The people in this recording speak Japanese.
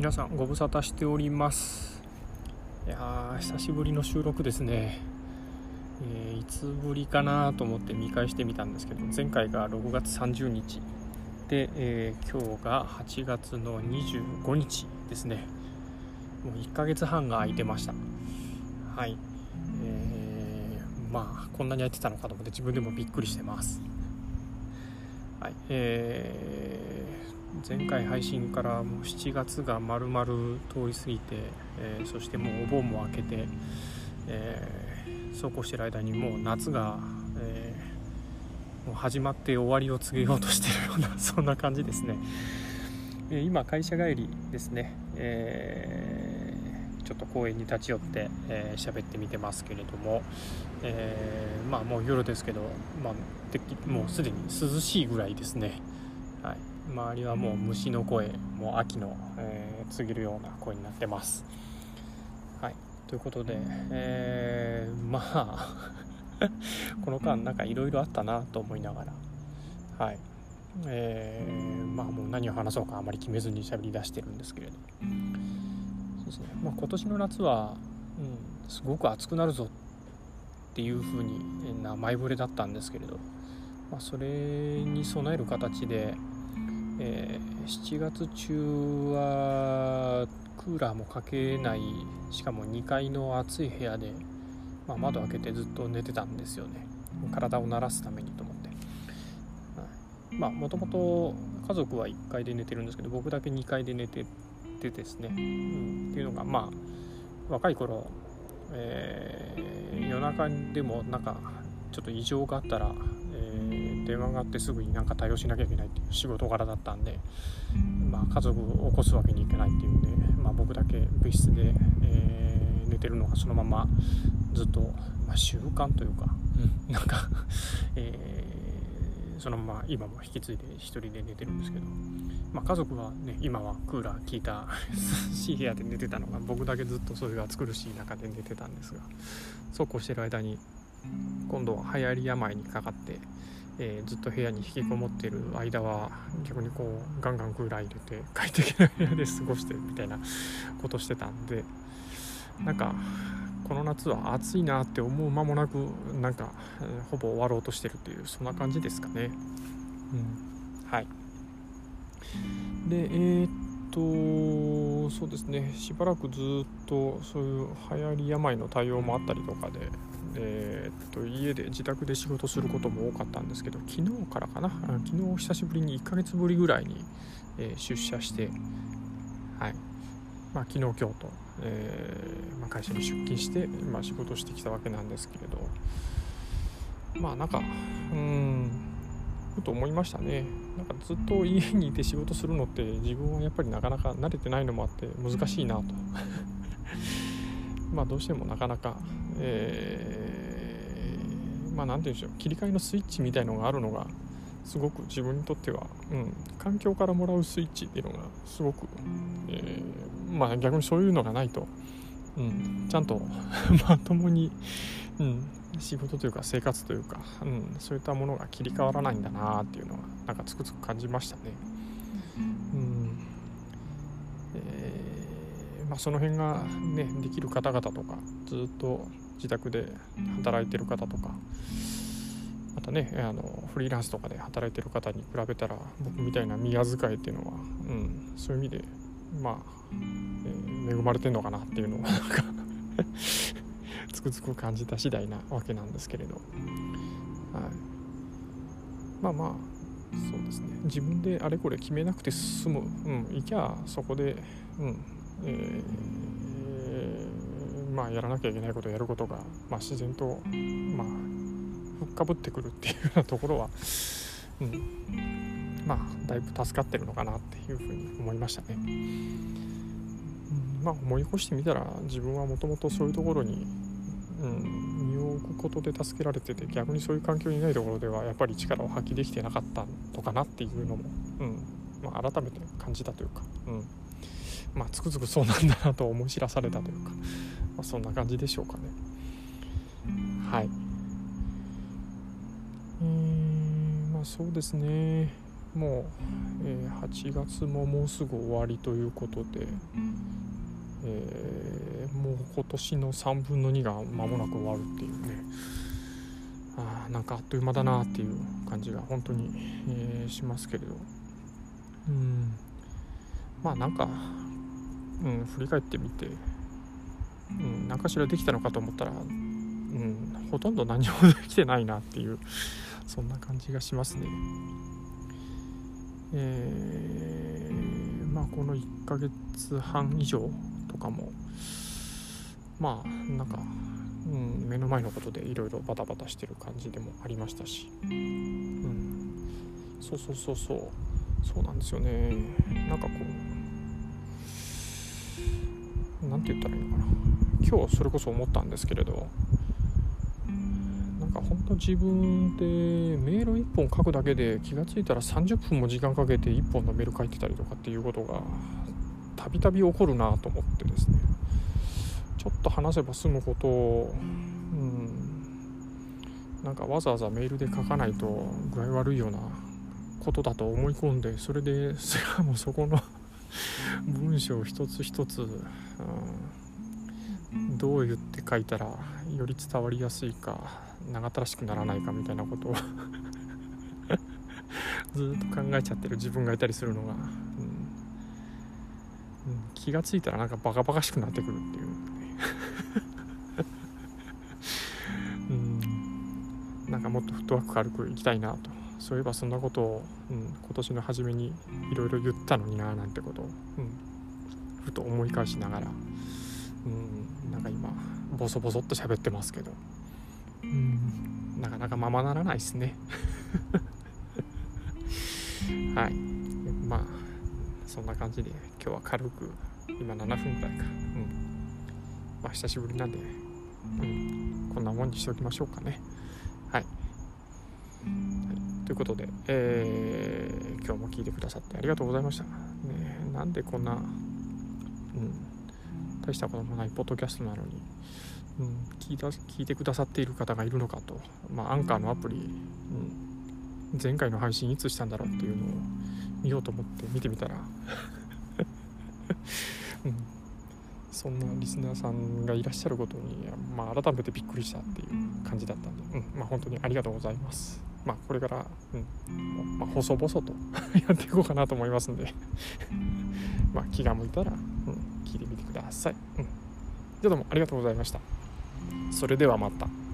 皆さんご無沙汰しております。いや久しぶりの収録ですね。いつぶりかなと思って見返してみたんですけど、前回が6月30日で、今日が8月の25日ですね。もう1ヶ月半が空いてました。はい、こんなに空いてたのかと思って自分でもびっくりしてます。はい、前回配信からもう7月が丸々通り過ぎて、そしてもうお盆も明けて、そうこうしている間にもう夏が、もう始まって終わりを告げようとしているようなそんな感じですね。今会社帰りですね。ちょっと公園に立ち寄って喋ってみてますけれども、もう夜ですけど、もうすでに涼しいぐらいですね。はい、周りはもう虫の声、もう秋の、告げるような声になってます。はい、ということで、この間なんかいろいろあったなと思いながら、はい、もう何を話そうかあまり決めずに喋り出してるんですけれど、そうですね、今年の夏は、すごく暑くなるぞっていう風にな前触れだったんですけれど、それに備える形で、7月中はクーラーもかけない、しかも2階の暑い部屋で、窓開けてずっと寝てたんですよね。体を慣らすためにと思って、もともと家族は1階で寝てるんですけど、僕だけ2階で寝ててですね、っていうのが若い頃、夜中でもなんかちょっと異常があったら、電話があってすぐになんか対応しなきゃいけないっていう仕事柄だったんで、家族を起こすわけにいけないっていうんで、僕だけ別室で、寝てるのがそのままずっと、習慣というか、そのまま今も引き継いで一人で寝てるんですけど、家族はね、今はクーラー効いた涼しい部屋で寝てたのが、僕だけずっとそういう暑苦しい中で寝てたんですが、そうこうしてる間に今度は流行り病にかかって、ずっと部屋に引きこもっている間は逆にこうガンガンクーラー入れて快適な部屋で過ごしてみたいなことしてたんで、なんかこの夏は暑いなって思う間もなくほぼ終わろうとしてるっていう、そんな感じですかね。はい。でそうですね、しばらくずっとそういう流行り病の対応もあったりとかで、家で自宅で仕事することも多かったんですけど、昨日からかな、昨日久しぶりに1ヶ月ぶりぐらいに、出社して、はい、昨日今日と、会社に出勤して仕事してきたわけなんですけれど、ふと思いましたね。ずっと家にいて仕事するのって自分はやっぱりなかなか慣れてないのもあって難しいなとどうしてもなかなか、なんていうんでしょう、切り替えのスイッチみたいのがあるのがすごく自分にとっては、環境からもらうスイッチっていうのがすごく、逆にそういうのがないと、ちゃんとまともに、仕事というか生活というか、そういったものが切り替わらないんだなっていうのがつくづく感じましたね。その辺がね、できる方々とか、ずっと自宅で働いてる方とか、またね、フリーランスとかで働いてる方に比べたら、僕みたいな宮遣いっていうのは、そういう意味で恵まれてんのかなっていうのをつくづく感じた次第なわけなんですけれど、そうですね、自分であれこれ決めなくて済む、いきゃそこで、やらなきゃいけないことをやることが、自然とふっかぶってくるっていうようなところは、だいぶ助かってるのかなっていうふうに思いましたね。思い起こしてみたら、自分はもともとそういうところに、身を置くことで助けられてて、逆にそういう環境にないところではやっぱり力を発揮できてなかったのかなっていうのも、改めて感じたというか、つくづくそうなんだなと思い知らされたというか、そんな感じでしょうかね。はい。そうですね、 もう、8月ももうすぐ終わりということで、もう今年の3分の2が間もなく終わるっていうね、なんかあっという間だなっていう感じが本当に、しますけれど、まあなんか、振り返ってみて、何かしらできたのかと思ったら、ほとんど何もできてないなっていう、そんな感じがしますね。まあこの1ヶ月半以上とかもまあなんか、目の前のことでいろいろバタバタしてる感じでもありましたし、そうなんですよね。なんかこうなんて言ったらいいのかな、今日それこそ思ったんですけれど、なんか本当自分でメール1本書くだけで気がついたら30分も時間かけて1本のメール書いてたりとかっていうことがたびたび起こるなと思ってですね、ちょっと話せば済むことを、なんかわざわざメールで書かないと具合悪いようなことだと思い込んで、それでしかもそこの文章一つ一つ、どう言って書いたらより伝わりやすいか長ったらしくならないかみたいなことをずっと考えちゃってる自分がいたりするのが、気がついたらなんかバカバカしくなってくるっていうなんかもっとフットワーク軽くいきたいなと、そういえばそんなことを、今年の初めにいろいろ言ったのにななんてことを、ふと思い返しながら、なんか今ボソボソっと喋ってますけど、なかなかままならないですねはい、まあそんな感じで今日は軽く今7分くらいか、まあ久しぶりなんで、こんなもんにしておきましょうかね。はい、ということで、今日も聞いてくださってありがとうございました、なんでこんな、大したこともないポッドキャストなのに、聞いてくださっている方がいるのかと、アンカーのアプリ、前回の配信いつしたんだろうっていうのを見ようと思って見てみたら、そんなリスナーさんがいらっしゃることに、改めてびっくりしたっていう感じだったんで、本当にありがとうございます。これから、細々とやっていこうかなと思いますので気が向いたら、聞いてみてください。じゃあどうもありがとうございました。それではまた。